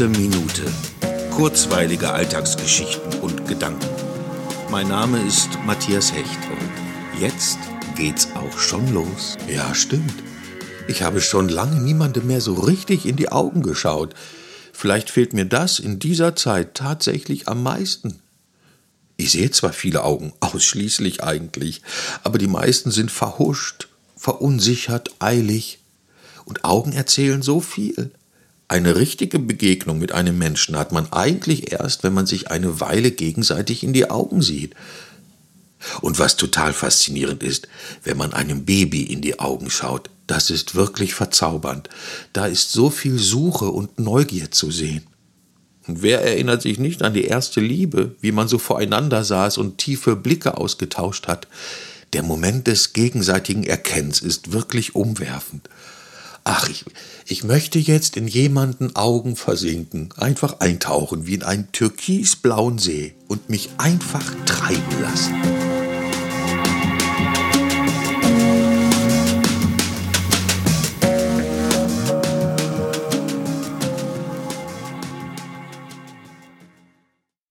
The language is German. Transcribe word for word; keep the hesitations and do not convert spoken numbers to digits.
Gute Minute. Kurzweilige Alltagsgeschichten und Gedanken. Mein Name ist Matthias Hecht und jetzt geht's auch schon los. Ja, stimmt. Ich habe schon lange niemandem mehr so richtig in die Augen geschaut. Vielleicht fehlt mir das in dieser Zeit tatsächlich am meisten. Ich sehe zwar viele Augen, ausschließlich eigentlich, aber die meisten sind verhuscht, verunsichert, eilig. Und Augen erzählen so viel. Eine richtige Begegnung mit einem Menschen hat man eigentlich erst, wenn man sich eine Weile gegenseitig in die Augen sieht. Und was total faszinierend ist, wenn man einem Baby in die Augen schaut, das ist wirklich verzaubernd. Da ist so viel Suche und Neugier zu sehen. Und wer erinnert sich nicht an die erste Liebe, wie man so voreinander saß und tiefe Blicke ausgetauscht hat? Der Moment des gegenseitigen Erkennens ist wirklich umwerfend. Ach, ich, ich möchte jetzt in jemanden Augen versinken, einfach eintauchen wie in einen türkisblauen See und mich einfach treiben lassen.